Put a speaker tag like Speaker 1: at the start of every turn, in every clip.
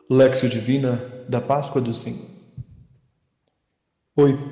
Speaker 1: Lexio Divina da Páscoa do Senhor. Oi,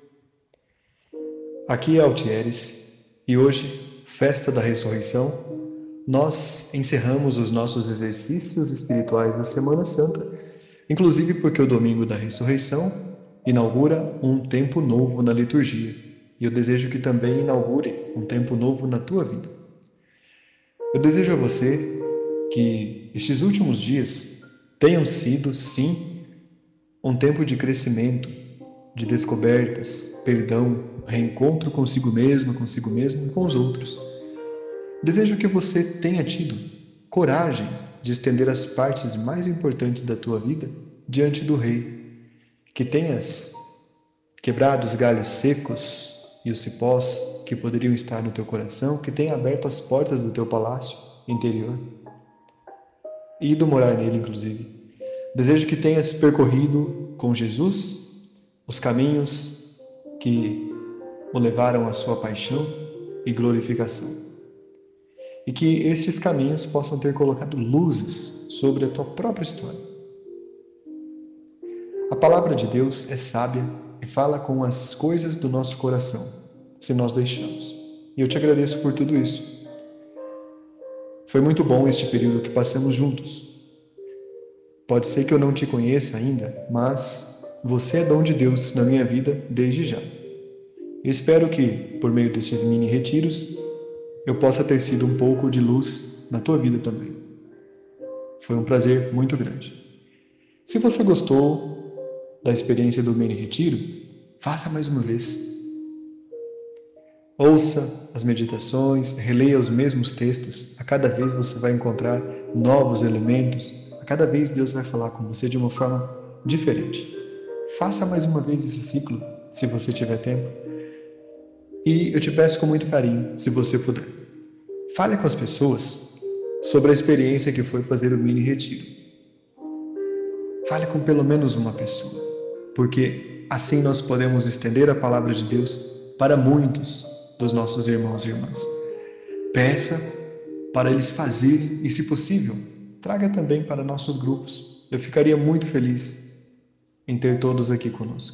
Speaker 1: aqui é Altieres e hoje, festa da ressurreição, nós encerramos os nossos exercícios espirituais da Semana Santa, inclusive porque o domingo da ressurreição inaugura um tempo novo na liturgia e eu desejo que também inaugure um tempo novo na tua vida. Eu desejo a você que estes últimos dias tenham sido, sim, um tempo de crescimento, de descobertas, perdão, reencontro consigo mesmo e com os outros. Desejo que você tenha tido coragem de estender as partes mais importantes da tua vida diante do Rei, que tenhas quebrado os galhos secos e os cipós que poderiam estar no teu coração, que tenha aberto as portas do teu palácio interior e ido morar nele, inclusive. Desejo que tenhas percorrido com Jesus os caminhos que o levaram à sua paixão e glorificação. E que estes caminhos possam ter colocado luzes sobre a tua própria história. A palavra de Deus é sábia e fala com as coisas do nosso coração, se nós deixamos. E eu te agradeço por tudo isso. Foi muito bom este período que passamos juntos. Pode ser que eu não te conheça ainda, mas você é dom de Deus na minha vida desde já. Eu espero que, por meio destes mini retiros, eu possa ter sido um pouco de luz na tua vida também. Foi um prazer muito grande. Se você gostou da experiência do mini retiro, faça mais uma vez. Ouça as meditações, releia os mesmos textos. A cada vez você vai encontrar novos elementos. A cada vez Deus vai falar com você de uma forma diferente. Faça mais uma vez esse ciclo, se você tiver tempo. E eu te peço com muito carinho, se você puder, fale com as pessoas sobre a experiência que foi fazer o mini retiro. Fale com pelo menos uma pessoa, porque assim nós podemos estender a palavra de Deus para muitos dos nossos irmãos e irmãs. Peça para eles fazerem e, se possível, traga também para nossos grupos. Eu ficaria muito feliz em ter todos aqui conosco.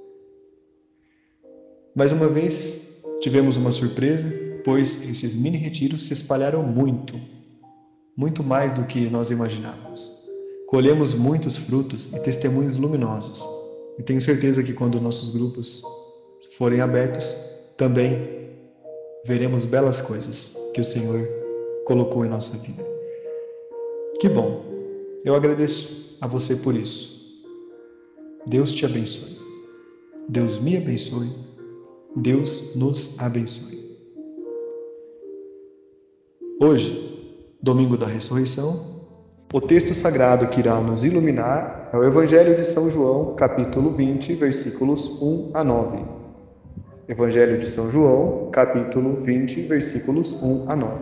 Speaker 1: Mais uma vez, tivemos uma surpresa, pois esses mini retiros se espalharam muito mais do que nós imaginávamos. Colhemos muitos frutos e testemunhos luminosos. E tenho certeza que quando nossos grupos forem abertos, também veremos belas coisas que o Senhor colocou em nossa vida. Que bom! Eu agradeço a você por isso. Deus te abençoe. Deus me abençoe. Deus nos abençoe. Hoje, domingo da ressurreição, o texto sagrado que irá nos iluminar é o Evangelho de São João, capítulo 20, versículos 1 a 9. Evangelho de São João, capítulo 20, versículos 1 a 9.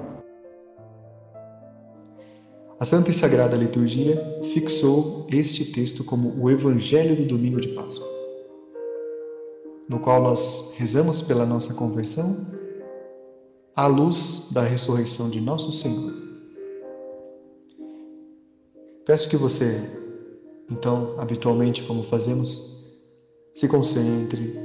Speaker 1: A Santa e Sagrada Liturgia fixou este texto como o Evangelho do domingo de Páscoa, no qual nós rezamos pela nossa conversão à luz da ressurreição de nosso Senhor. Peço que você, então, habitualmente, como fazemos, se concentre,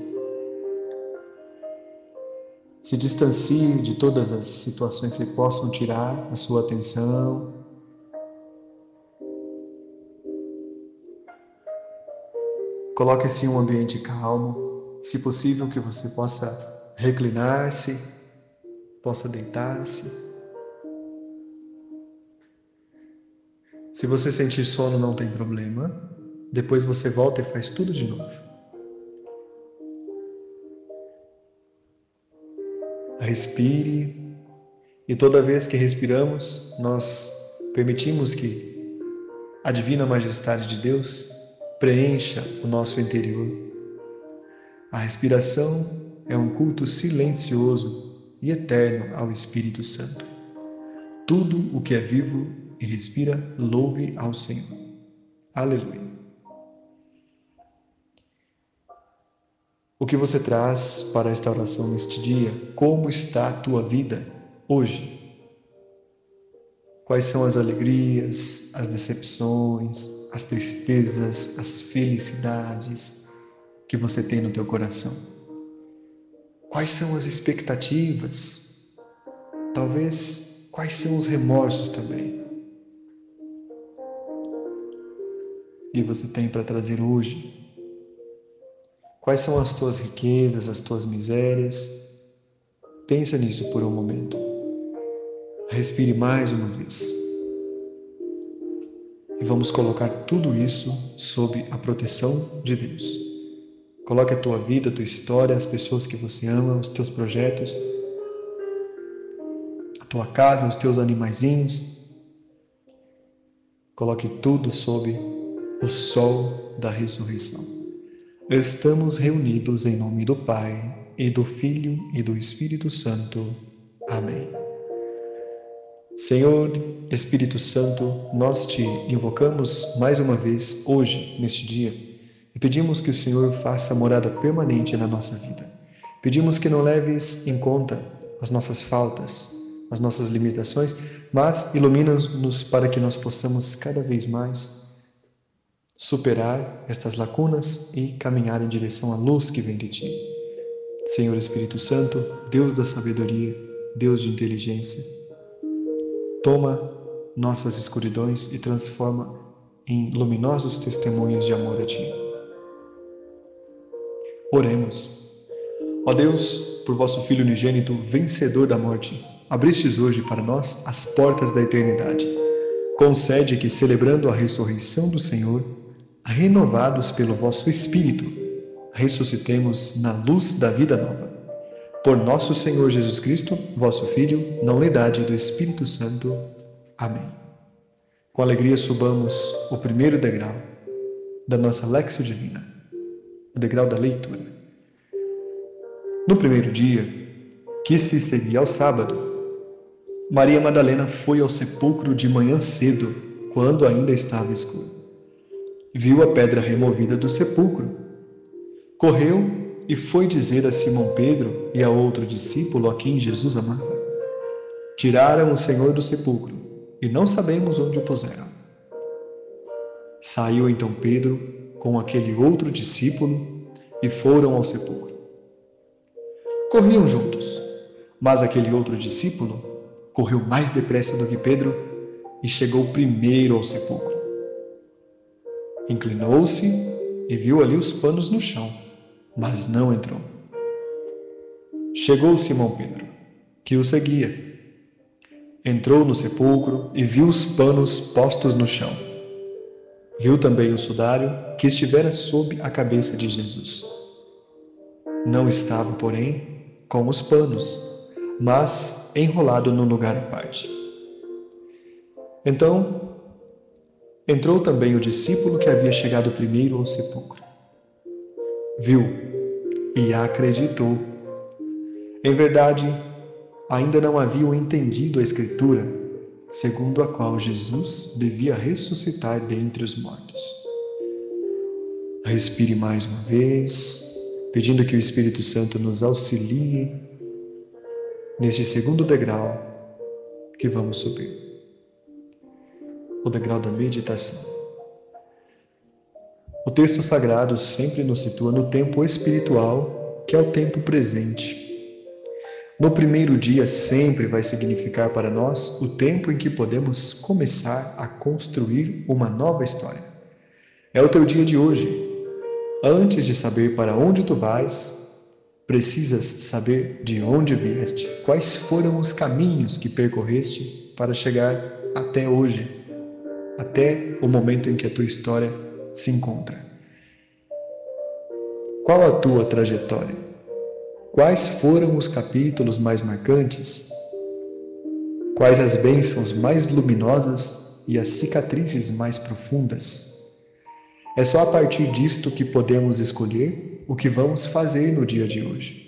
Speaker 1: se distancie de todas as situações que possam tirar a sua atenção. Coloque-se em um ambiente calmo, se possível que você possa reclinar-se, possa deitar-se. Se você sentir sono, não tem problema. Depois você volta e faz tudo de novo. Respire, e toda vez que respiramos, nós permitimos que a Divina Majestade de Deus preencha o nosso interior. A respiração é um culto silencioso e eterno ao Espírito Santo. Tudo o que é vivo e respira, louve ao Senhor. Aleluia. O que você traz para esta oração neste dia? Como está a tua vida hoje? Quais são as alegrias, as decepções, as tristezas, as felicidades que você tem no teu coração? Quais são as expectativas? Talvez, quais são os remorsos também? Que você tem para trazer hoje? Quais são as tuas riquezas, as tuas misérias? Pensa nisso por um momento. Respire mais uma vez. E vamos colocar tudo isso sob a proteção de Deus. Coloque a tua vida, a tua história, as pessoas que você ama, os teus projetos, a tua casa, os teus animaizinhos. Coloque tudo sob o sol da ressurreição. Estamos reunidos em nome do Pai, e do Filho, e do Espírito Santo. Amém. Senhor Espírito Santo, nós te invocamos mais uma vez hoje, neste dia, e pedimos que o Senhor faça morada permanente na nossa vida. Pedimos que não leves em conta as nossas faltas, as nossas limitações, mas ilumina-nos para que nós possamos cada vez mais superar estas lacunas e caminhar em direção à luz que vem de Ti. Senhor Espírito Santo, Deus da sabedoria, Deus de inteligência, toma nossas escuridões e transforma em luminosos testemunhos de amor a Ti. Oremos. Ó Deus, por vosso Filho unigênito, vencedor da morte, abristes hoje para nós as portas da eternidade. Concede que, celebrando a ressurreição do Senhor, renovados pelo vosso Espírito, ressuscitemos na luz da vida nova. Por nosso Senhor Jesus Cristo, vosso Filho, na unidade do Espírito Santo. Amém. Com alegria subamos o primeiro degrau da nossa Lexio Divina, o degrau da leitura. No primeiro dia, que se seguia ao sábado, Maria Madalena foi ao sepulcro de manhã cedo, quando ainda estava escuro. Viu a pedra removida do sepulcro. Correu e foi dizer a Simão Pedro e a outro discípulo a quem Jesus amava: tiraram o Senhor do sepulcro e não sabemos onde o puseram. Saiu então Pedro com aquele outro discípulo e foram ao sepulcro. Corriam juntos, mas aquele outro discípulo correu mais depressa do que Pedro e chegou primeiro ao sepulcro. Inclinou-se e viu ali os panos no chão, mas não entrou. Chegou Simão Pedro, que o seguia. Entrou no sepulcro e viu os panos postos no chão. Viu também o sudário que estivera sob a cabeça de Jesus. Não estava, porém, com os panos, mas enrolado num lugar à parte. Então, entrou também o discípulo que havia chegado primeiro ao sepulcro. Viu e acreditou. Em verdade, ainda não haviam entendido a Escritura, segundo a qual Jesus devia ressuscitar dentre os mortos. Respire mais uma vez, pedindo que o Espírito Santo nos auxilie neste segundo degrau que vamos subir. O degrau da meditação. O texto sagrado sempre nos situa no tempo espiritual, que é o tempo presente. No primeiro dia sempre vai significar para nós o tempo em que podemos começar a construir uma nova história. É o teu dia de hoje. Antes de saber para onde tu vais, precisas saber de onde vieste, quais foram os caminhos que percorreste para chegar até hoje, até o momento em que a tua história se encontra. Qual a tua trajetória? Quais foram os capítulos mais marcantes? Quais as bênçãos mais luminosas e as cicatrizes mais profundas? É só a partir disto que podemos escolher o que vamos fazer no dia de hoje.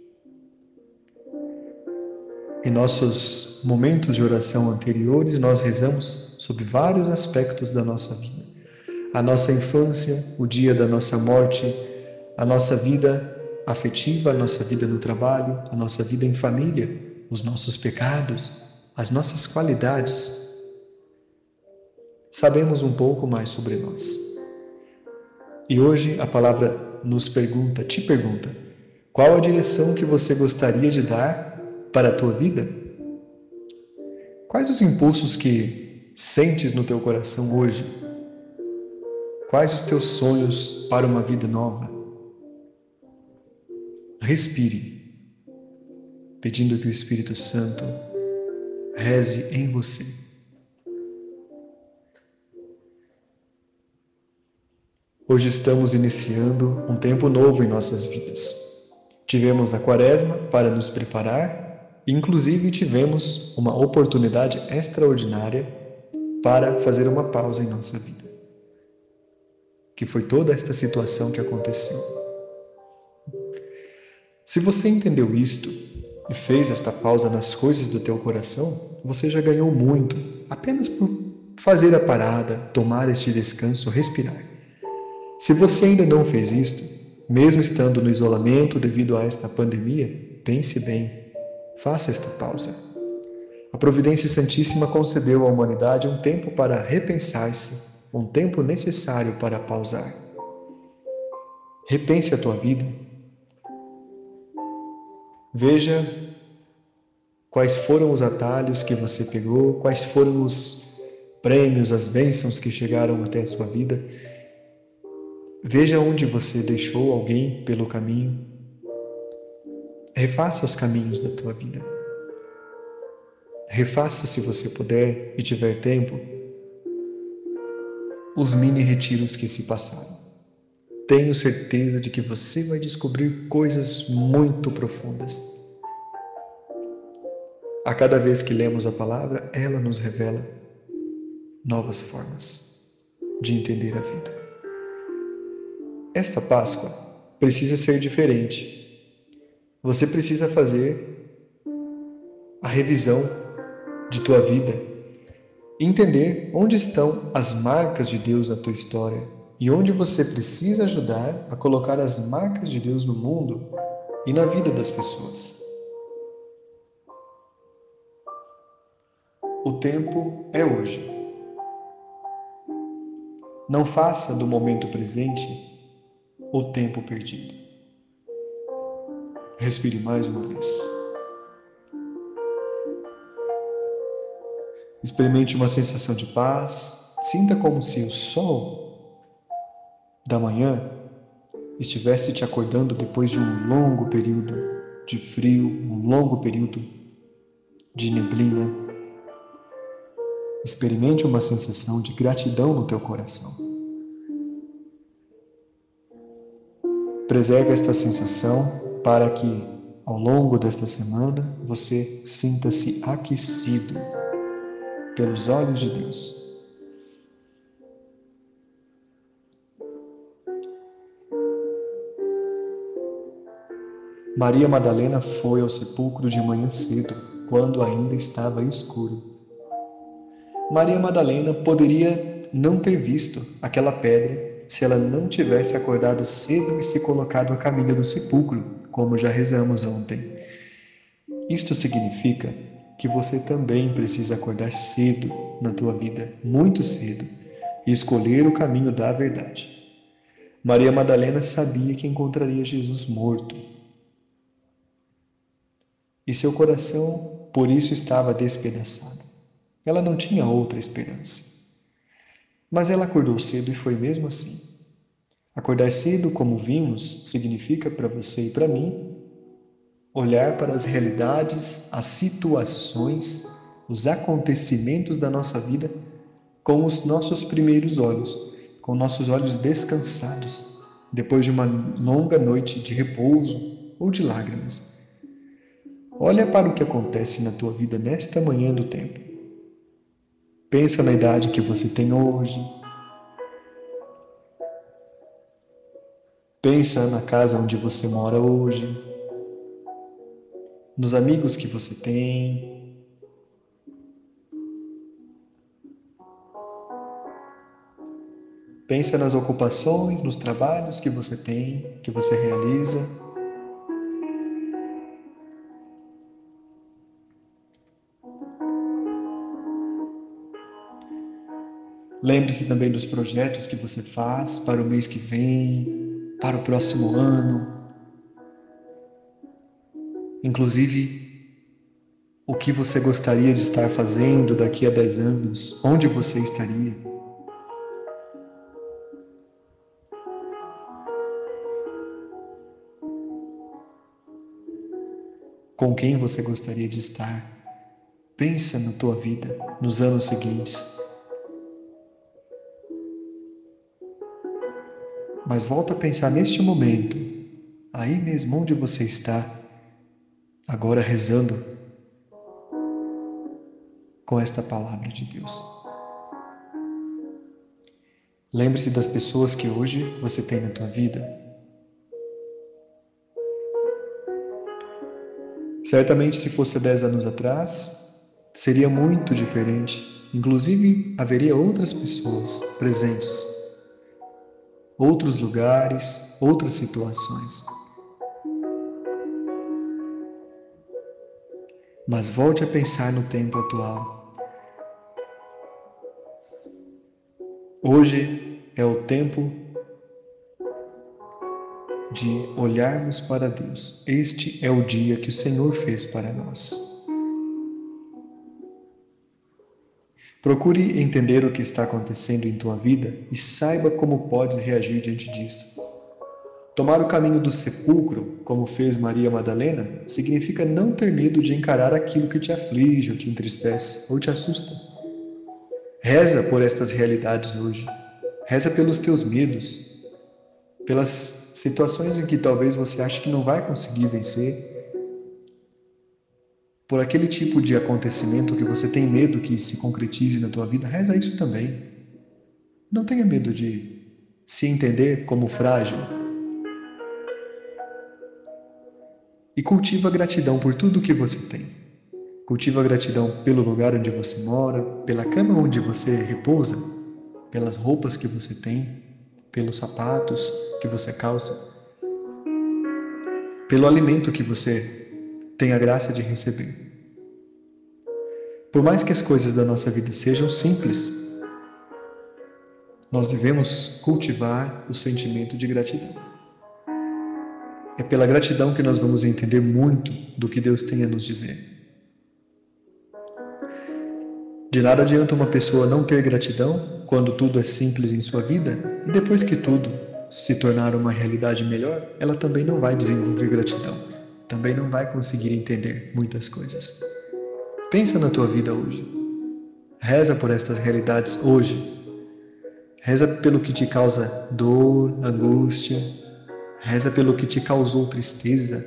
Speaker 1: Em nossos momentos de oração anteriores, nós rezamos sobre vários aspectos da nossa vida. A nossa infância, o dia da nossa morte, a nossa vida afetiva, a nossa vida no trabalho, a nossa vida em família, os nossos pecados, as nossas qualidades. sabemos um pouco mais sobre nós. E hoje a palavra te pergunta, qual a direção que você gostaria de dar para a tua vida? Quais os impulsos que sentes no teu coração hoje? Quais os teus sonhos para uma vida nova? Respire, pedindo que o Espírito Santo reze em você. Hoje estamos iniciando um tempo novo em nossas vidas. Tivemos a Quaresma para nos preparar e, inclusive, tivemos uma oportunidade extraordinária para fazer uma pausa em nossa vida, que foi toda esta situação que aconteceu. Se você entendeu isto e fez esta pausa nas coisas do teu coração, você já ganhou muito, apenas por fazer a parada, tomar este descanso, respirar. Se você ainda não fez isto, mesmo estando no isolamento devido a esta pandemia, pense bem, faça esta pausa. A Providência Santíssima concedeu à humanidade um tempo para repensar-se, um tempo necessário para pausar. Repense a tua vida. Veja quais foram os atalhos que você pegou, quais foram os prêmios, as bênçãos que chegaram até a sua vida. Veja onde você deixou alguém pelo caminho. Refaça os caminhos da tua vida. Refaça, se você puder e tiver tempo, os mini retiros que se passaram. Tenho certeza de que você vai descobrir coisas muito profundas. A cada vez que lemos a palavra, ela nos revela novas formas de entender a vida. Esta Páscoa precisa ser diferente. Você precisa fazer a revisão de tua vida e entender onde estão as marcas de Deus na tua história e onde você precisa ajudar a colocar as marcas de Deus no mundo e na vida das pessoas. O tempo é hoje. Não faça do momento presente o tempo perdido. Respire mais uma vez. Experimente uma sensação de paz. Sinta como se o sol da manhã estivesse te acordando depois de um longo período de frio, um longo período de neblina. Experimente uma sensação de gratidão no teu coração. Preserve esta sensação para que, ao longo desta semana, você sinta-se aquecido pelos olhos de Deus. Maria Madalena foi ao sepulcro de manhã cedo, quando ainda estava escuro. Maria Madalena poderia não ter visto aquela pedra se ela não tivesse acordado cedo e se colocado a caminho do sepulcro, como já rezamos ontem. Isto significa que você também precisa acordar cedo na tua vida, muito cedo, e escolher o caminho da verdade. Maria Madalena sabia que encontraria Jesus morto, e seu coração por isso estava despedaçado. Ela não tinha outra esperança. Mas ela acordou cedo e foi mesmo assim. Acordar cedo, como vimos, significa para você e para mim olhar para as realidades, as situações, os acontecimentos da nossa vida com os nossos primeiros olhos, com nossos olhos descansados, depois de uma longa noite de repouso ou de lágrimas. Olha para o que acontece na tua vida nesta manhã do tempo. Pensa na idade que você tem hoje. Pensa na casa onde você mora hoje. Nos amigos que você tem. Pensa nas ocupações, nos trabalhos que você tem, que você realiza. Lembre-se também dos projetos que você faz para o mês que vem, para o próximo ano. Inclusive, o que você gostaria de estar fazendo daqui a 10 anos? Onde você estaria? Com quem você gostaria de estar? Pensa na tua vida, nos anos seguintes. Mas volta a pensar neste momento, aí mesmo onde você está, agora rezando com esta palavra de Deus. Lembre-se das pessoas que hoje você tem na tua vida. Certamente, se fosse 10 anos atrás, seria muito diferente. Inclusive, haveria outras pessoas presentes, outros lugares, outras situações. Mas volte a pensar no tempo atual. Hoje é o tempo de olharmos para Deus. Este é o dia que o Senhor fez para nós. Procure entender o que está acontecendo em tua vida e saiba como podes reagir diante disso. Tomar o caminho do sepulcro, como fez Maria Madalena, significa não ter medo de encarar aquilo que te aflige, ou te entristece, ou te assusta. Reza por estas realidades hoje. Reza pelos teus medos, pelas situações em que talvez você ache que não vai conseguir vencer, por aquele tipo de acontecimento que você tem medo que se concretize na tua vida. Reza isso também. Não tenha medo de se entender como frágil. E cultiva a gratidão por tudo que você tem. Cultiva a gratidão pelo lugar onde você mora, pela cama onde você repousa, pelas roupas que você tem, pelos sapatos que você calça, pelo alimento que você tem a graça de receber. Por mais que as coisas da nossa vida sejam simples, nós devemos cultivar o sentimento de gratidão. É pela gratidão que nós vamos entender muito do que Deus tem a nos dizer. De nada adianta uma pessoa não ter gratidão quando tudo é simples em sua vida, e depois que tudo se tornar uma realidade melhor, ela também não vai desenvolver gratidão, também não vai conseguir entender muitas coisas. Pensa na tua vida hoje. Reza por estas realidades hoje. Reza pelo que te causa dor, angústia. Reza pelo que te causou tristeza.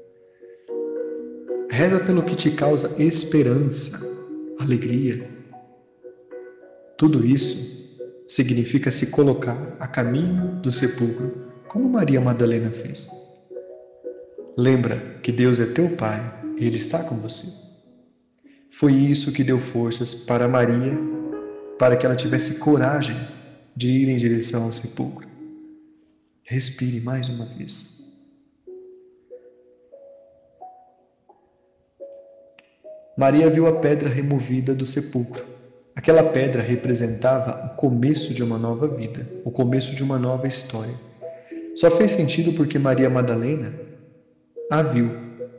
Speaker 1: Reza pelo que te causa esperança, alegria. Tudo isso significa se colocar a caminho do sepulcro, como Maria Madalena fez. Lembra que Deus é teu Pai e Ele está com você. Foi isso que deu forças para Maria, para que ela tivesse coragem de ir em direção ao sepulcro. Respire mais uma vez. Maria viu a pedra removida do sepulcro. Aquela pedra representava o começo de uma nova vida, o começo de uma nova história. Só fez sentido porque Maria Madalena a viu.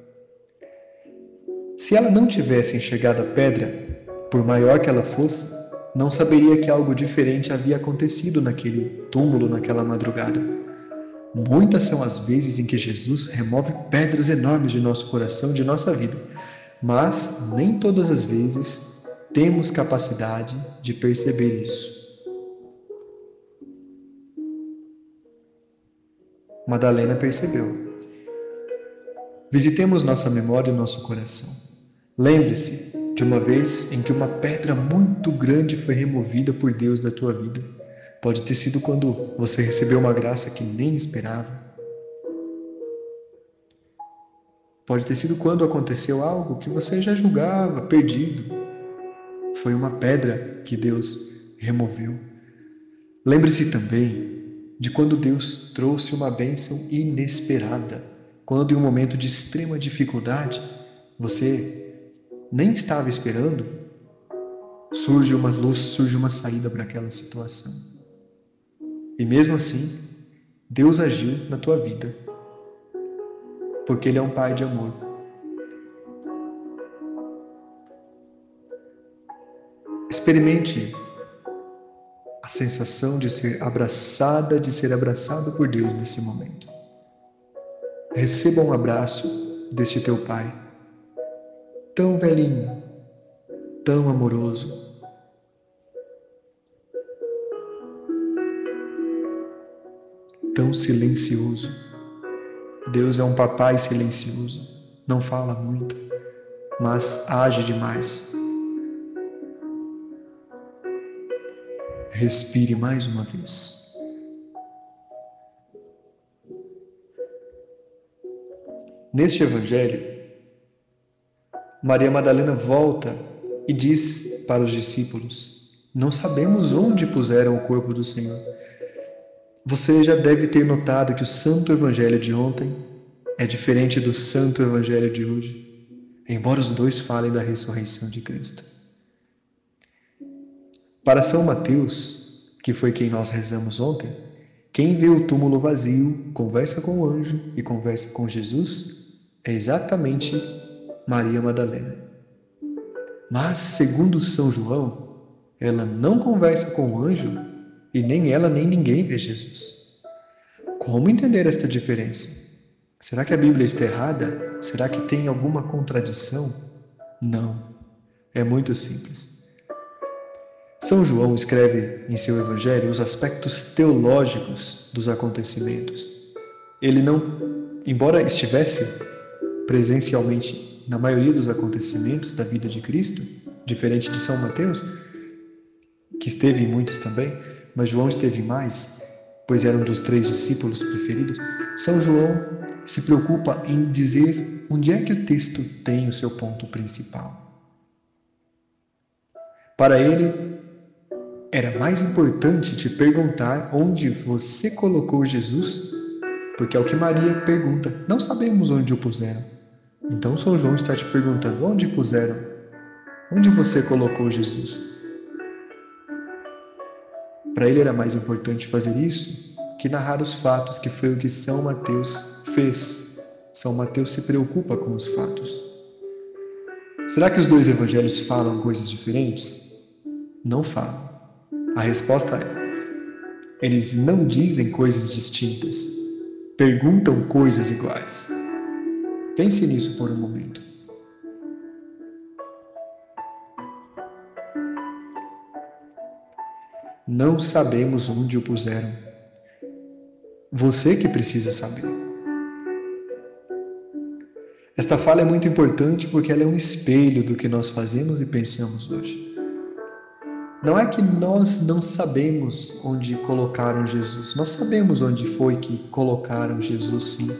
Speaker 1: Se ela não tivesse enxergado a pedra, por maior que ela fosse, não saberia que algo diferente havia acontecido naquele túmulo naquela madrugada. Muitas são as vezes em que Jesus remove pedras enormes de nosso coração, de nossa vida, mas nem todas as vezes temos capacidade de perceber isso. Madalena percebeu. Visitemos nossa memória e nosso coração. Lembre-se de uma vez em que uma pedra muito grande foi removida por Deus da tua vida. Pode ter sido quando você recebeu uma graça que nem esperava. Pode ter sido quando aconteceu algo que você já julgava perdido. Foi uma pedra que Deus removeu. Lembre-se também de quando Deus trouxe uma bênção inesperada. Quando em um momento de extrema dificuldade, você nem estava esperando, surge uma luz, surge uma saída para aquela situação. E mesmo assim, Deus agiu na tua vida, porque Ele é um Pai de amor. Experimente a sensação de ser abraçada, de ser abraçado por Deus nesse momento. Receba um abraço deste teu Pai, tão velhinho, tão amoroso. Tão silencioso. Deus é um papai silencioso, não fala muito, mas age demais. Respire mais uma vez. Neste Evangelho, Maria Madalena volta e diz para os discípulos: não sabemos onde puseram o corpo do Senhor. Você já deve ter notado que o Santo Evangelho de ontem é diferente do Santo Evangelho de hoje, embora os dois falem da ressurreição de Cristo. Para São Mateus, que foi quem nós rezamos ontem, quem vê o túmulo vazio, conversa com o anjo e conversa com Jesus, é exatamente Maria Madalena. Mas, segundo São João, ela não conversa com o anjo e nem ela nem ninguém vê Jesus. Como entender esta diferença? Será que a Bíblia está errada? Será que tem alguma contradição? Não. É muito simples. São João escreve em seu Evangelho os aspectos teológicos dos acontecimentos. Ele não, embora estivesse presencialmente na maioria dos acontecimentos da vida de Cristo, diferente de São Mateus, que esteve em muitos também, mas João esteve mais, pois era um dos 3 discípulos preferidos. São João se preocupa em dizer onde é que o texto tem o seu ponto principal. Para ele, era mais importante te perguntar onde você colocou Jesus, porque é o que Maria pergunta. Não sabemos onde o puseram. Então São João está te perguntando, onde puseram? Onde você colocou Jesus? Para ele era mais importante fazer isso que narrar os fatos, que foi o que São Mateus fez. São Mateus se preocupa com os fatos. Será que os 2 evangelhos falam coisas diferentes? Não falam. A resposta é: eles não dizem coisas distintas, perguntam coisas iguais. Pense nisso por um momento. Não sabemos onde o puseram. Você que precisa saber. Esta fala é muito importante porque ela é um espelho do que nós fazemos e pensamos hoje. Não é que nós não sabemos onde colocaram Jesus. Nós sabemos onde foi que colocaram Jesus, sim.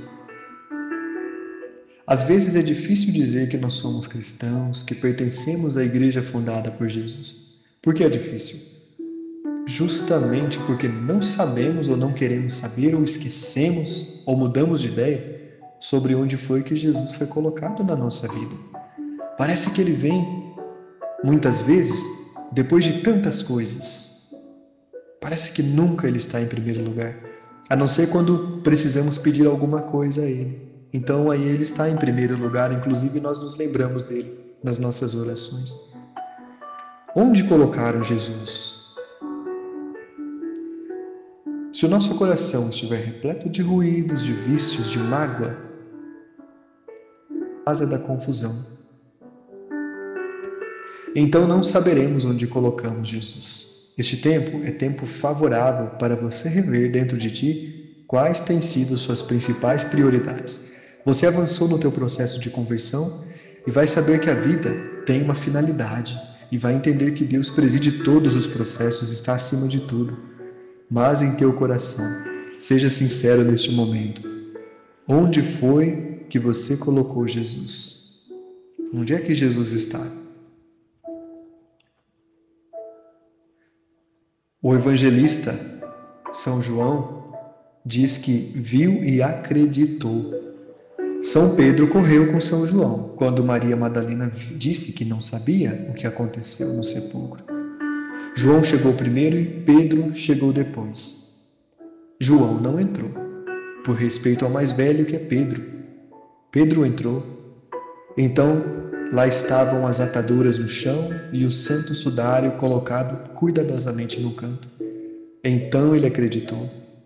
Speaker 1: Às vezes é difícil dizer que nós somos cristãos, que pertencemos à igreja fundada por Jesus. Por que é difícil? Justamente porque não sabemos ou não queremos saber ou esquecemos ou mudamos de ideia sobre onde foi que Jesus foi colocado na nossa vida. Parece que ele vem, muitas vezes, depois de tantas coisas. Parece que nunca ele está em primeiro lugar, a não ser quando precisamos pedir alguma coisa a ele. Então aí ele está em primeiro lugar, inclusive nós nos lembramos dele nas nossas orações. Onde colocaram Jesus? Se o nosso coração estiver repleto de ruídos, de vícios, de mágoa, a casa da confusão, então não saberemos onde colocamos Jesus. Este tempo é tempo favorável para você rever dentro de ti quais têm sido suas principais prioridades. Você avançou no teu processo de conversão e vai saber que a vida tem uma finalidade e vai entender que Deus preside todos os processos, está acima de tudo. Mas em teu coração, seja sincero neste momento. Onde foi que você colocou Jesus? Onde é que Jesus está? O evangelista São João diz que viu e acreditou. São Pedro correu com São João, quando Maria Madalena disse que não sabia o que aconteceu no sepulcro. João chegou primeiro e Pedro chegou depois. João não entrou, por respeito ao mais velho que é Pedro. Pedro entrou. Então, lá estavam as ataduras no chão e o santo sudário colocado cuidadosamente no canto. Então ele acreditou.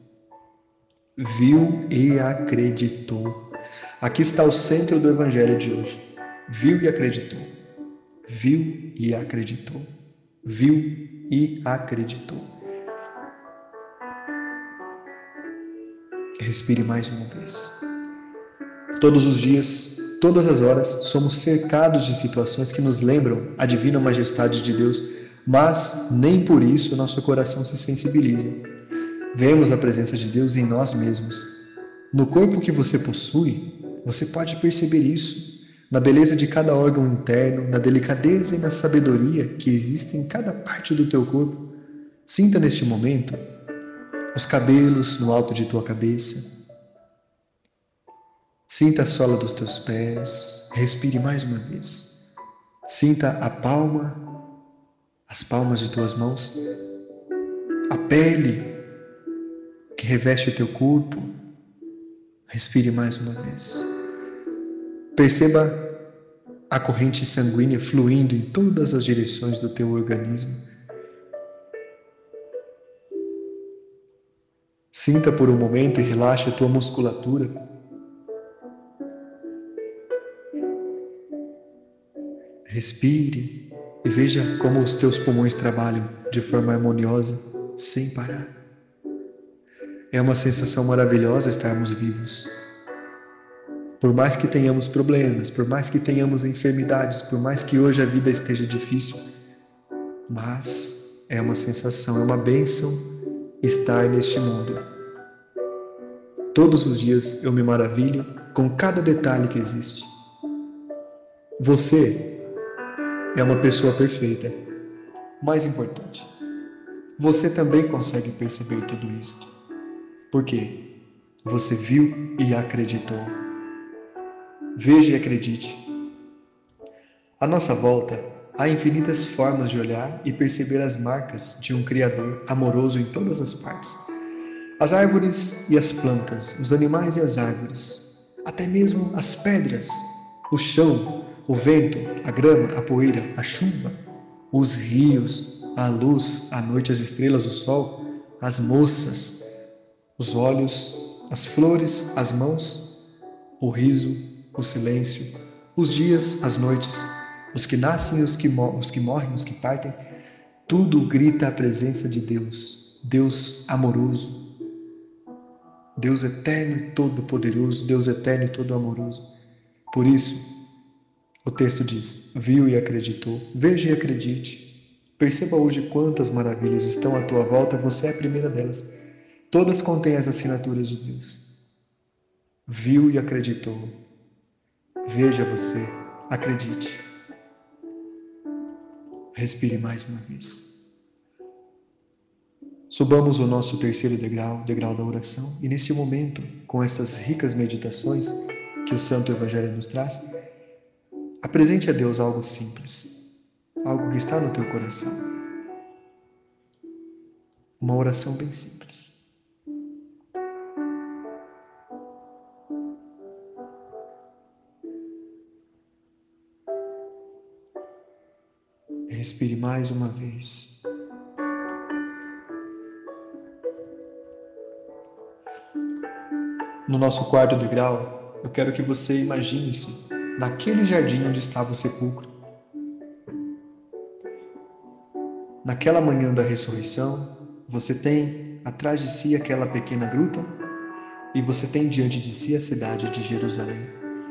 Speaker 1: Viu e acreditou. Aqui está o centro do Evangelho de hoje. Viu e acreditou. Viu e acreditou. Viu e acreditou. Respire mais uma vez. Todos os dias, todas as horas, somos cercados de situações que nos lembram a divina majestade de Deus, mas nem por isso nosso coração se sensibiliza. Vemos a presença de Deus em nós mesmos. No corpo que você possui, você pode perceber isso, na beleza de cada órgão interno, na delicadeza e na sabedoria que existe em cada parte do teu corpo. Sinta neste momento os cabelos no alto de tua cabeça. Sinta a sola dos teus pés. Respire mais uma vez. Sinta a palma, as palmas de tuas mãos, a pele que reveste o teu corpo. Respire mais uma vez. Perceba a corrente sanguínea fluindo em todas as direções do teu organismo. Sinta por um momento e relaxe a tua musculatura. Respire e veja como os teus pulmões trabalham de forma harmoniosa, sem parar. É uma sensação maravilhosa estarmos vivos. Por mais que tenhamos problemas, por mais que tenhamos enfermidades, por mais que hoje a vida esteja difícil, mas é uma sensação, é uma bênção estar neste mundo. Todos os dias eu me maravilho com cada detalhe que existe. Você é uma pessoa perfeita. O mais importante, você também consegue perceber tudo isso. Por quê? Você viu e acreditou. Veja e acredite. À nossa volta, há infinitas formas de olhar e perceber as marcas de um Criador amoroso em todas as partes. As árvores e as plantas, os animais e as árvores, até mesmo as pedras, o chão, o vento, a grama, a poeira, a chuva, os rios, a luz, a noite, as estrelas, o sol, as moças, os olhos, as flores, as mãos, o riso, o silêncio, os dias, as noites, os que nascem e os que morrem, os que partem, tudo grita a presença de Deus, Deus amoroso, Deus eterno e todo-poderoso, Deus eterno e todo-amoroso. Por isso, o texto diz, viu e acreditou, veja e acredite. Perceba hoje quantas maravilhas estão à tua volta, você é a primeira delas. Todas contêm as assinaturas de Deus. Viu e acreditou. Veja você, acredite. Respire mais uma vez. Subamos o nosso terceiro degrau, o degrau da oração, e neste momento, com essas ricas meditações que o Santo Evangelho nos traz, apresente a Deus algo simples, algo que está no teu coração. Uma oração bem simples. Respire mais uma vez. No nosso quarto degrau, eu quero que você imagine-se naquele jardim onde estava o sepulcro. Naquela manhã da ressurreição, você tem atrás de si aquela pequena gruta e você tem diante de si a cidade de Jerusalém.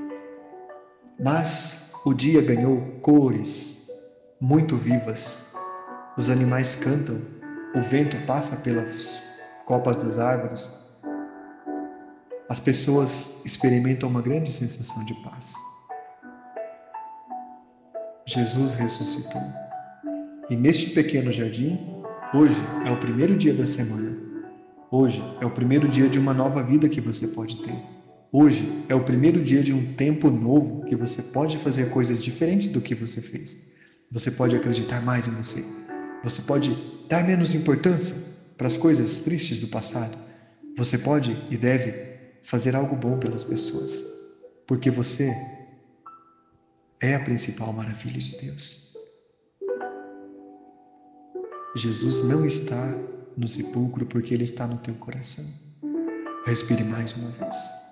Speaker 1: Mas o dia ganhou cores muito vivas. Os animais cantam, o vento passa pelas copas das árvores. As pessoas experimentam uma grande sensação de paz. Jesus ressuscitou. E neste pequeno jardim, hoje é o primeiro dia da semana. Hoje é o primeiro dia de uma nova vida que você pode ter. Hoje é o primeiro dia de um tempo novo que você pode fazer coisas diferentes do que você fez. Você pode acreditar mais em você. Você pode dar menos importância para as coisas tristes do passado. Você pode e deve fazer algo bom pelas pessoas, porque você é a principal maravilha de Deus. Jesus não está no sepulcro porque Ele está no teu coração. Respire mais uma vez.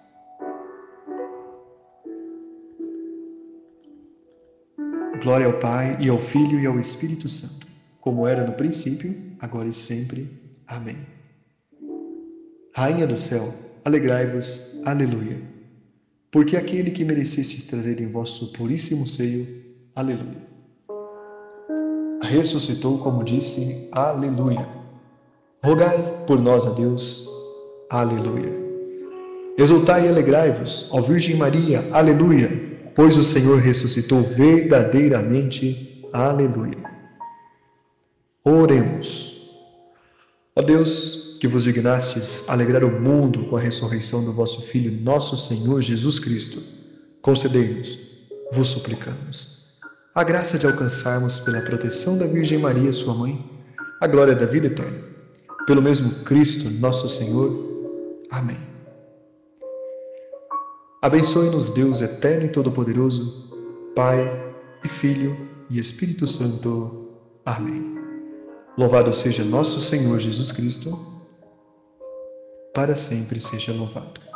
Speaker 1: Glória ao Pai, e ao Filho, e ao Espírito Santo, como era no princípio, agora e sempre. Amém. Rainha do céu, alegrai-vos, aleluia. Porque aquele que merecestes trazer em vosso puríssimo seio, aleluia. Ressuscitou, como disse, aleluia. Rogai por nós a Deus, aleluia. Exultai e alegrai-vos, ó Virgem Maria, aleluia. Pois o Senhor ressuscitou verdadeiramente. Aleluia. Oremos. Ó Deus, que vos dignastes alegrar o mundo com a ressurreição do vosso Filho, nosso Senhor Jesus Cristo, concedei-nos, vos suplicamos, a graça de alcançarmos, pela proteção da Virgem Maria, sua mãe, a glória da vida eterna. Pelo mesmo Cristo, nosso Senhor. Amém. Abençoe-nos Deus eterno e todo-poderoso, Pai e Filho e Espírito Santo. Amém. Louvado seja nosso Senhor Jesus Cristo, para sempre seja louvado.